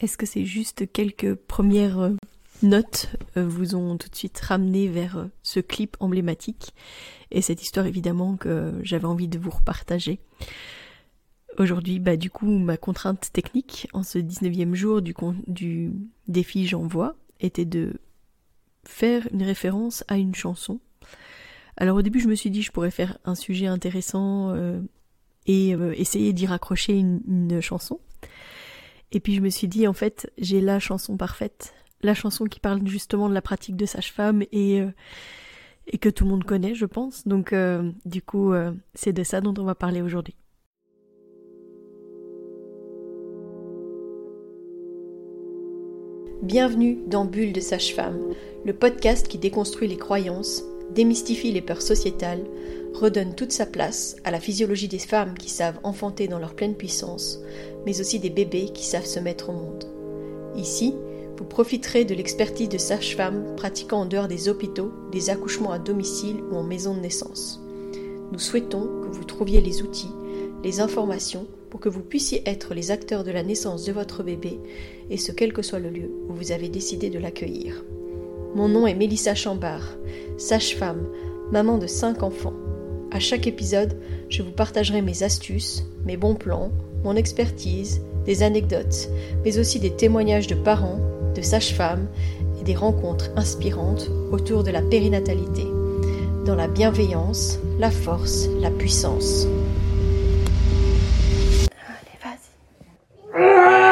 Est-ce que c'est juste quelques premières notes vous ont tout de suite ramené vers ce clip emblématique et cette histoire évidemment que j'avais envie de vous repartager. Aujourd'hui, du coup, ma contrainte technique en ce 19e jour du défi J'envoie était de faire une référence à une chanson. Alors au début, je me suis dit je pourrais faire un sujet intéressant et essayer d'y raccrocher une chanson. Et puis je me suis dit en fait, j'ai la chanson parfaite, la chanson qui parle justement de la pratique de sage-femme et que tout le monde connaît, je pense. Donc du coup, c'est de ça dont on va parler aujourd'hui. Bienvenue dans Bulle de sage-femme, le podcast qui déconstruit les croyances, démystifie les peurs sociétales, redonne toute sa place à la physiologie des femmes qui savent enfanter dans leur pleine puissance, mais aussi des bébés qui savent se mettre au monde. Ici, vous profiterez de l'expertise de sages-femmes pratiquant en dehors des hôpitaux, des accouchements à domicile ou en maison de naissance. Nous souhaitons que vous trouviez les outils, les informations pour que vous puissiez être les acteurs de la naissance de votre bébé, et ce quel que soit le lieu où vous avez décidé de l'accueillir. Mon nom est Mélissa Chambard, sage-femme, maman de 5 enfants. À chaque épisode, je vous partagerai mes astuces, mes bons plans, mon expertise, des anecdotes, mais aussi des témoignages de parents, de sages-femmes et des rencontres inspirantes autour de la périnatalité, dans la bienveillance, la force, la puissance. Allez, vas-y.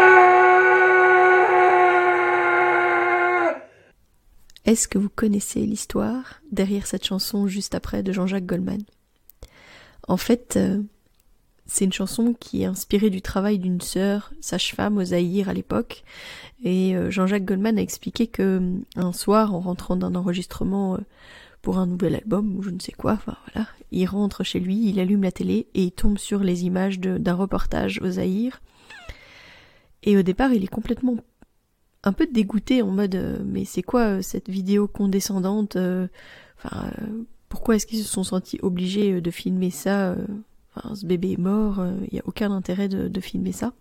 Est-ce que vous connaissez l'histoire derrière cette chanson juste après de Jean-Jacques Goldman ? En fait, c'est une chanson qui est inspirée du travail d'une sœur sage-femme au Zaïre à l'époque. Et Jean-Jacques Goldman a expliqué que un soir, en rentrant d'un enregistrement pour un nouvel album ou je ne sais quoi, il rentre chez lui, il allume la télé et il tombe sur les images d'un reportage au Zaïre. Et au départ, il est complètement un peu dégoûté en mode mais c'est quoi cette vidéo condescendante pourquoi est-ce qu'ils se sont sentis obligés de filmer ça ce bébé est mort, il n'y a aucun intérêt de filmer ça.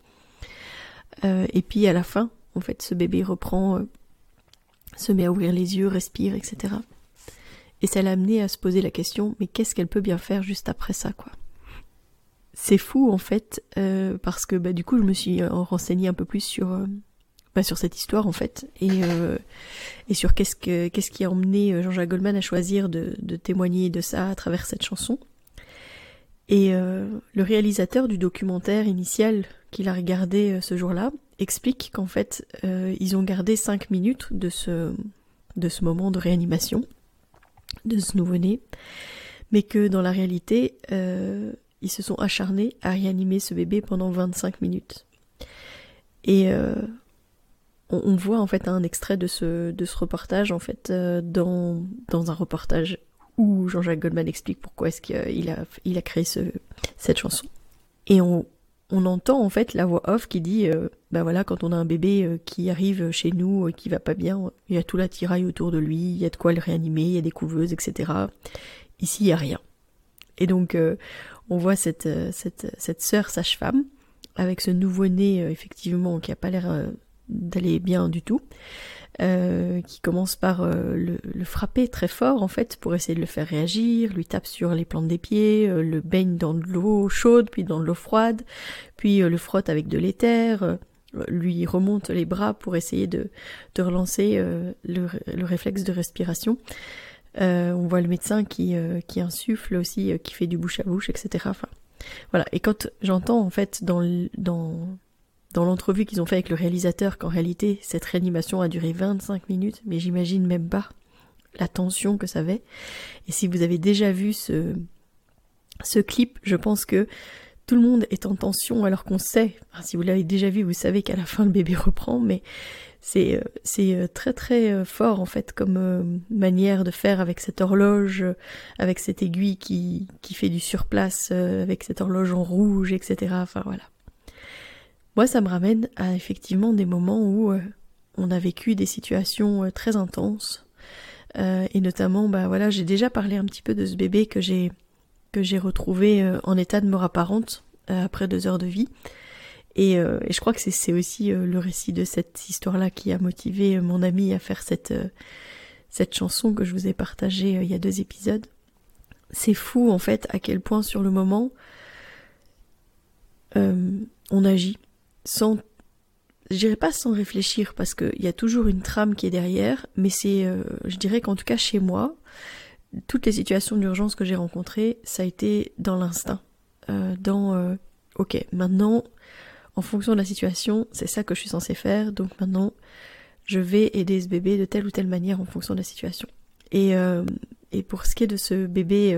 Et puis à la fin, en fait, ce bébé reprend, se met à ouvrir les yeux, respire, etc. Et ça l'a amené à se poser la question, mais qu'est-ce qu'elle peut bien faire juste après ça, quoi. C'est fou, en fait, parce que du coup, je me suis renseignée un peu plus sur cette histoire, en fait, et sur qu'est-ce qui a emmené Jean-Jacques Goldman à choisir de témoigner de ça à travers cette chanson. Et le réalisateur du documentaire initial qu'il a regardé ce jour-là explique qu'en fait, ils ont gardé 5 minutes de ce moment de réanimation de ce nouveau-né, mais que dans la réalité, ils se sont acharnés à réanimer ce bébé pendant 25 minutes. Et on voit en fait un extrait de ce reportage en fait dans un reportage où Jean-Jacques Goldman explique pourquoi est-ce qu'il a créé cette chanson. Et on entend en fait la voix off qui dit quand on a un bébé qui arrive chez nous qui va pas bien, il y a tout l'attirail autour de lui, il y a de quoi le réanimer, il y a des couveuses, etc. Ici il y a rien. Et donc on voit cette sœur sage-femme avec ce nouveau-né effectivement qui a pas l'air d'aller bien du tout, qui commence par le frapper très fort en fait pour essayer de le faire réagir, lui tape sur les plantes des pieds, le baigne dans de l'eau chaude puis dans de l'eau froide, puis le frotte avec de l'éther, lui remonte les bras pour essayer de relancer le réflexe de respiration. On voit le médecin qui insuffle aussi, qui fait du bouche à bouche, etc. Voilà. Et quand j'entends en fait dans l'entrevue qu'ils ont fait avec le réalisateur qu'en réalité cette réanimation a duré 25 minutes, mais j'imagine même pas la tension que ça avait. Et si vous avez déjà vu ce clip, je pense que tout le monde est en tension alors qu'on sait, si vous l'avez déjà vu, vous savez qu'à la fin le bébé reprend, mais c'est très très fort en fait comme manière de faire avec cette horloge, avec cette aiguille qui fait du surplace, avec cette horloge en rouge, etc. Voilà. Moi, ça me ramène à effectivement des moments où on a vécu des situations très intenses. Et notamment, j'ai déjà parlé un petit peu de ce bébé que j'ai retrouvé en état de mort apparente après 2 heures de vie. Et je crois que c'est aussi le récit de cette histoire-là qui a motivé mon ami à faire cette chanson que je vous ai partagée il y a 2 épisodes. C'est fou en fait à quel point sur le moment on agit sans, je dirais pas sans réfléchir parce qu'il y a toujours une trame qui est derrière, mais c'est, je dirais qu'en tout cas chez moi, toutes les situations d'urgence que j'ai rencontrées, ça a été dans l'instinct, ok, maintenant, en fonction de la situation, c'est ça que je suis censée faire, donc maintenant, je vais aider ce bébé de telle ou telle manière en fonction de la situation. Et pour ce qui est de ce bébé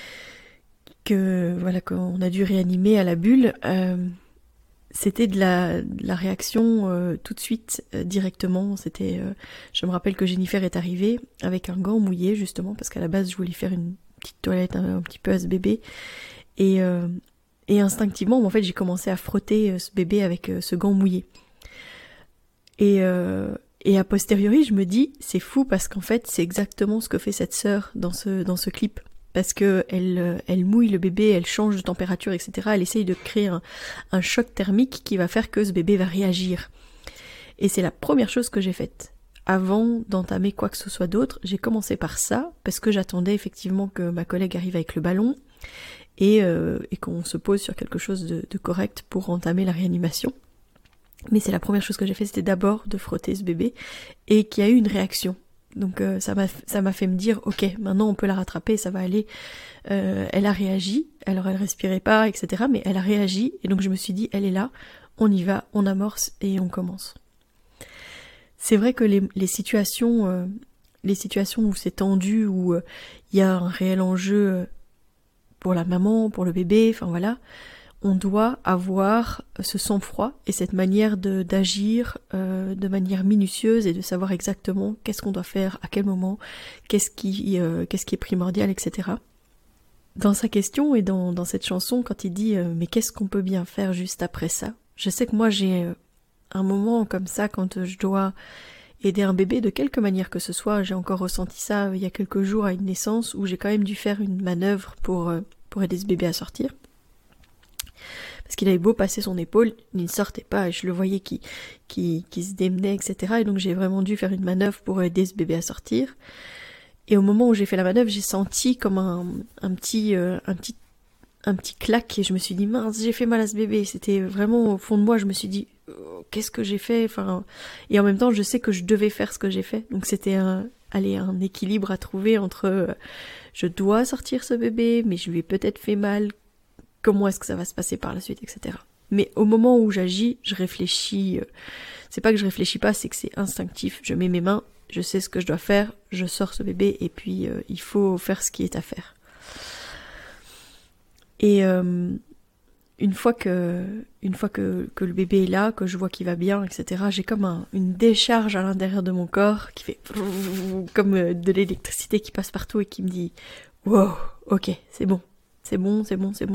qu'on a dû réanimer à la bulle, c'était de la réaction tout de suite, directement. C'était, je me rappelle que Jennifer est arrivée avec un gant mouillé justement parce qu'à la base je voulais faire une petite toilette un petit peu à ce bébé et instinctivement en fait j'ai commencé à frotter ce bébé avec ce gant mouillé et a posteriori je me dis c'est fou parce qu'en fait c'est exactement ce que fait cette sœur dans ce clip. Parce que elle mouille le bébé, elle change de température, etc. Elle essaye de créer un choc thermique qui va faire que ce bébé va réagir. Et c'est la première chose que j'ai faite. Avant d'entamer quoi que ce soit d'autre, j'ai commencé par ça, parce que j'attendais effectivement que ma collègue arrive avec le ballon, et qu'on se pose sur quelque chose de correct pour entamer la réanimation. Mais c'est la première chose que j'ai fait, c'était d'abord de frotter ce bébé, et qu'il y a eu une réaction. Donc ça m'a fait me dire ok maintenant on peut la rattraper, ça va aller. Elle a réagi, alors elle respirait pas, etc. Mais elle a réagi et donc je me suis dit elle est là, on y va, on amorce et on commence. C'est vrai que les situations où c'est tendu, où il y a un réel enjeu pour la maman, pour le bébé, enfin voilà. On doit avoir ce sang-froid et cette manière d'agir de manière minutieuse et de savoir exactement qu'est-ce qu'on doit faire, à quel moment, qu'est-ce qui est primordial, etc. Dans sa question et dans cette chanson, quand il dit « mais qu'est-ce qu'on peut bien faire juste après ça ?» Je sais que moi j'ai un moment comme ça quand je dois aider un bébé de quelque manière que ce soit. J'ai encore ressenti ça il y a quelques jours à une naissance où j'ai quand même dû faire une manœuvre pour aider ce bébé à sortir. Parce qu'il avait beau passer son épaule, il ne sortait pas, et je le voyais qui se démenait, etc. Et donc j'ai vraiment dû faire une manœuvre pour aider ce bébé à sortir. Et au moment où j'ai fait la manœuvre, j'ai senti comme un petit claque, et je me suis dit mince, j'ai fait mal à ce bébé. C'était vraiment au fond de moi, je me suis dit qu'est-ce que j'ai fait, et en même temps je sais que je devais faire ce que j'ai fait. Donc c'était un équilibre à trouver entre je dois sortir ce bébé, mais je lui ai peut-être fait mal. Comment est-ce que ça va se passer par la suite, etc. Mais au moment où j'agis, je réfléchis. C'est pas que je réfléchis pas, c'est que c'est instinctif. Je mets mes mains, je sais ce que je dois faire, je sors ce bébé et puis il faut faire ce qui est à faire. Et une fois que le bébé est là, que je vois qu'il va bien, etc., j'ai comme une décharge à l'intérieur de mon corps qui fait comme de l'électricité qui passe partout et qui me dit « Wow, ok, c'est bon. C'est bon.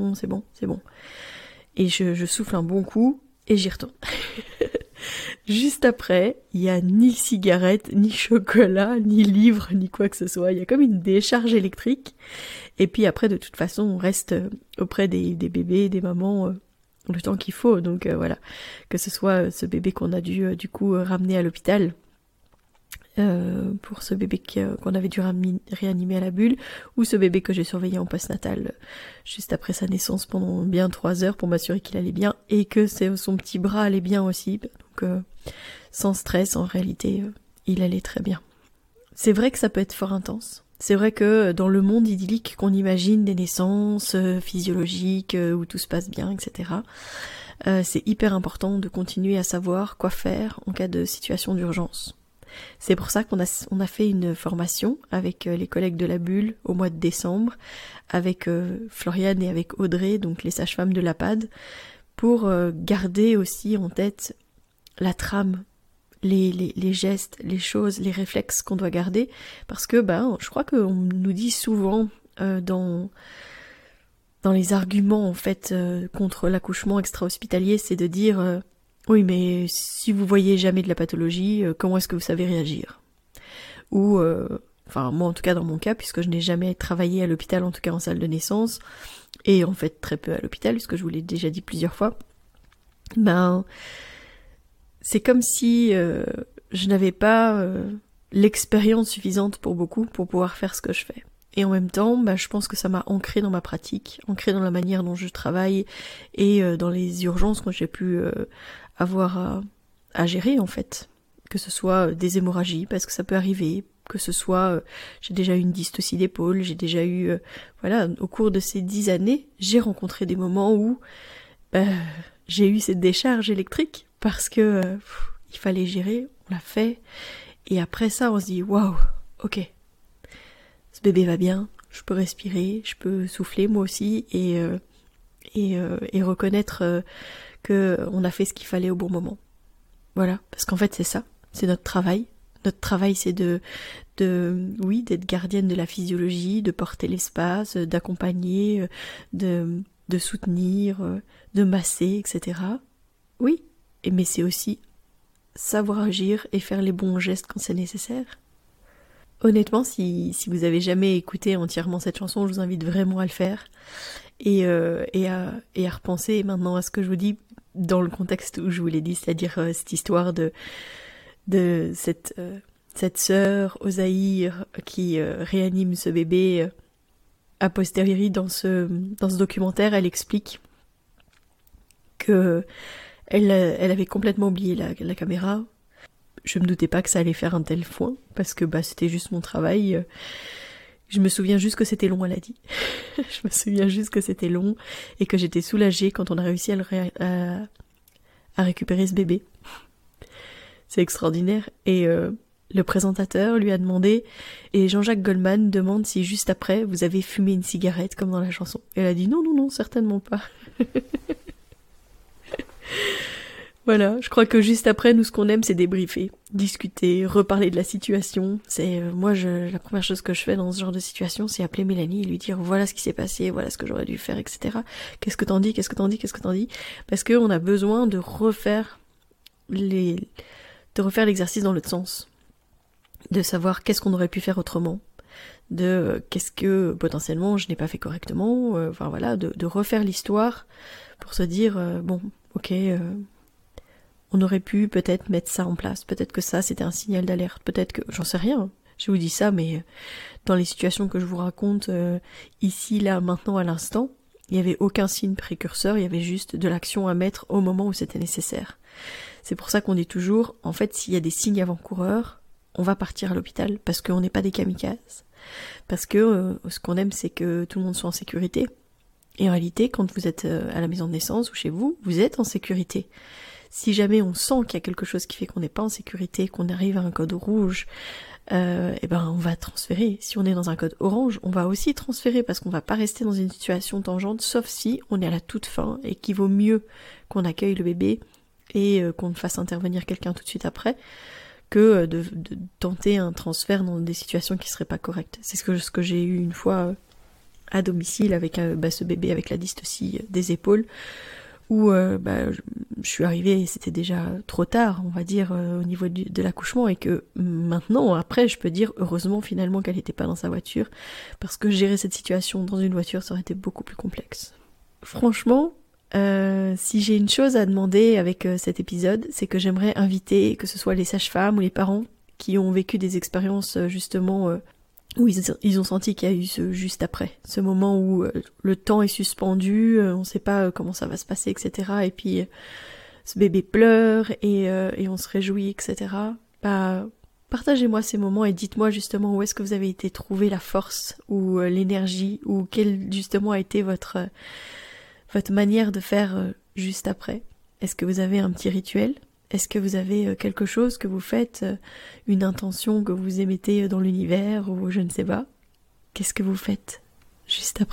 Et je souffle un bon coup et j'y retourne. Juste après, il n'y a ni cigarette, ni chocolat, ni livre, ni quoi que ce soit. Il y a comme une décharge électrique. Et puis après, de toute façon, on reste auprès des bébés, des mamans, le temps qu'il faut. Donc voilà, que ce soit ce bébé qu'on a dû du coup ramener à l'hôpital, pour ce bébé qu'on avait dû réanimer à la bulle, ou ce bébé que j'ai surveillé en postnatal juste après sa naissance pendant bien 3 heures pour m'assurer qu'il allait bien et que son petit bras allait bien aussi. Donc sans stress, en réalité, il allait très bien. C'est vrai que ça peut être fort intense. C'est vrai que dans le monde idyllique qu'on imagine des naissances physiologiques où tout se passe bien, etc., c'est hyper important de continuer à savoir quoi faire en cas de situation d'urgence. C'est pour ça qu'on a fait une formation avec les collègues de la bulle au mois de décembre, avec Floriane et avec Audrey, donc les sages-femmes de l'APAD, pour garder aussi en tête la trame, les gestes, les choses, les réflexes qu'on doit garder, parce que je crois qu'on nous dit souvent dans les arguments en fait contre l'accouchement extra-hospitalier, c'est de dire oui, mais si vous voyez jamais de la pathologie, comment est-ce que vous savez réagir ? Ou, moi en tout cas dans mon cas, puisque je n'ai jamais travaillé à l'hôpital, en tout cas en salle de naissance, et en fait très peu à l'hôpital, puisque je vous l'ai déjà dit plusieurs fois, ben c'est comme si je n'avais pas l'expérience suffisante pour beaucoup pour pouvoir faire ce que je fais. Et en même temps, je pense que ça m'a ancré dans ma pratique, ancré dans la manière dont je travaille et dans les urgences que j'ai pu avoir à gérer en fait. Que ce soit des hémorragies, parce que ça peut arriver, que ce soit, j'ai déjà eu une dystocie d'épaule, j'ai déjà eu, au cours de ces 10 années, j'ai rencontré des moments où j'ai eu cette décharge électrique, parce que il fallait gérer, on l'a fait, et après ça, on se dit, waouh, ok, ce bébé va bien, je peux respirer, je peux souffler moi aussi, et reconnaître que on a fait ce qu'il fallait au bon moment. Voilà, parce qu'en fait c'est ça, c'est notre travail. Notre travail c'est d'être gardienne de la physiologie, de porter l'espace, d'accompagner, de soutenir, de masser, etc. Oui, mais c'est aussi savoir agir et faire les bons gestes quand c'est nécessaire. Honnêtement, si vous avez jamais écouté entièrement cette chanson, je vous invite vraiment à le faire et à repenser maintenant à ce que je vous dis dans le contexte où je vous l'ai dit, c'est-à-dire cette histoire de cette sœur Osaïr qui réanime ce bébé. A posteriori dans ce documentaire, elle explique que elle avait complètement oublié la caméra. Je me doutais pas que ça allait faire un tel foin, parce que c'était juste mon travail. Je me souviens juste que c'était long, elle a dit. Je me souviens juste que c'était long et que j'étais soulagée quand on a réussi à récupérer ce bébé. C'est extraordinaire. Et le présentateur lui a demandé, et Jean-Jacques Goldman demande si juste après vous avez fumé une cigarette comme dans la chanson. Et elle a dit non, certainement pas. Voilà, je crois que juste après, nous, ce qu'on aime, c'est débriefer, discuter, reparler de la situation. C'est la première chose que je fais dans ce genre de situation, c'est appeler Mélanie et lui dire voilà ce qui s'est passé, voilà ce que j'aurais dû faire, etc. Qu'est-ce que t'en dis? Parce que on a besoin de refaire l'exercice dans l'autre sens, de savoir qu'est-ce qu'on aurait pu faire autrement, de qu'est-ce que potentiellement je n'ai pas fait correctement, de refaire l'histoire pour se dire on aurait pu peut-être mettre ça en place, peut-être que ça c'était un signal d'alerte, peut-être que, j'en sais rien, je vous dis ça, mais dans les situations que je vous raconte ici, là, maintenant, à l'instant, il n'y avait aucun signe précurseur, il y avait juste de l'action à mettre au moment où c'était nécessaire. C'est pour ça qu'on dit toujours, en fait, s'il y a des signes avant-coureurs, on va partir à l'hôpital, parce qu'on n'est pas des kamikazes, parce que ce qu'on aime c'est que tout le monde soit en sécurité. Et en réalité, quand vous êtes à la maison de naissance ou chez vous, vous êtes en sécurité. Si jamais on sent qu'il y a quelque chose qui fait qu'on n'est pas en sécurité, qu'on arrive à un code rouge, on va transférer. Si on est dans un code orange, on va aussi transférer parce qu'on va pas rester dans une situation tangente, sauf si on est à la toute fin et qu'il vaut mieux qu'on accueille le bébé et qu'on fasse intervenir quelqu'un tout de suite après que de tenter un transfert dans des situations qui seraient pas correctes. C'est ce que j'ai eu une fois à domicile avec ce bébé avec la dystocie des épaules, où je suis arrivée et c'était déjà trop tard, on va dire, au niveau de l'accouchement, et que maintenant, après, je peux dire heureusement finalement qu'elle n'était pas dans sa voiture, parce que gérer cette situation dans une voiture, ça aurait été beaucoup plus complexe. Franchement, si j'ai une chose à demander avec cet épisode, c'est que j'aimerais inviter, que ce soit les sages-femmes ou les parents qui ont vécu des expériences justement où ils ont senti qu'il y a eu ce juste après, ce moment où le temps est suspendu, on sait pas comment ça va se passer, etc. Et puis ce bébé pleure et on se réjouit, etc. Partagez-moi ces moments et dites-moi justement où est-ce que vous avez été trouver la force ou l'énergie, ou quelle justement a été votre manière de faire juste après. Est-ce que vous avez un petit rituel ? Est-ce que vous avez quelque chose que vous faites, une intention que vous émettez dans l'univers, ou je ne sais pas ? Qu'est-ce que vous faites juste après ?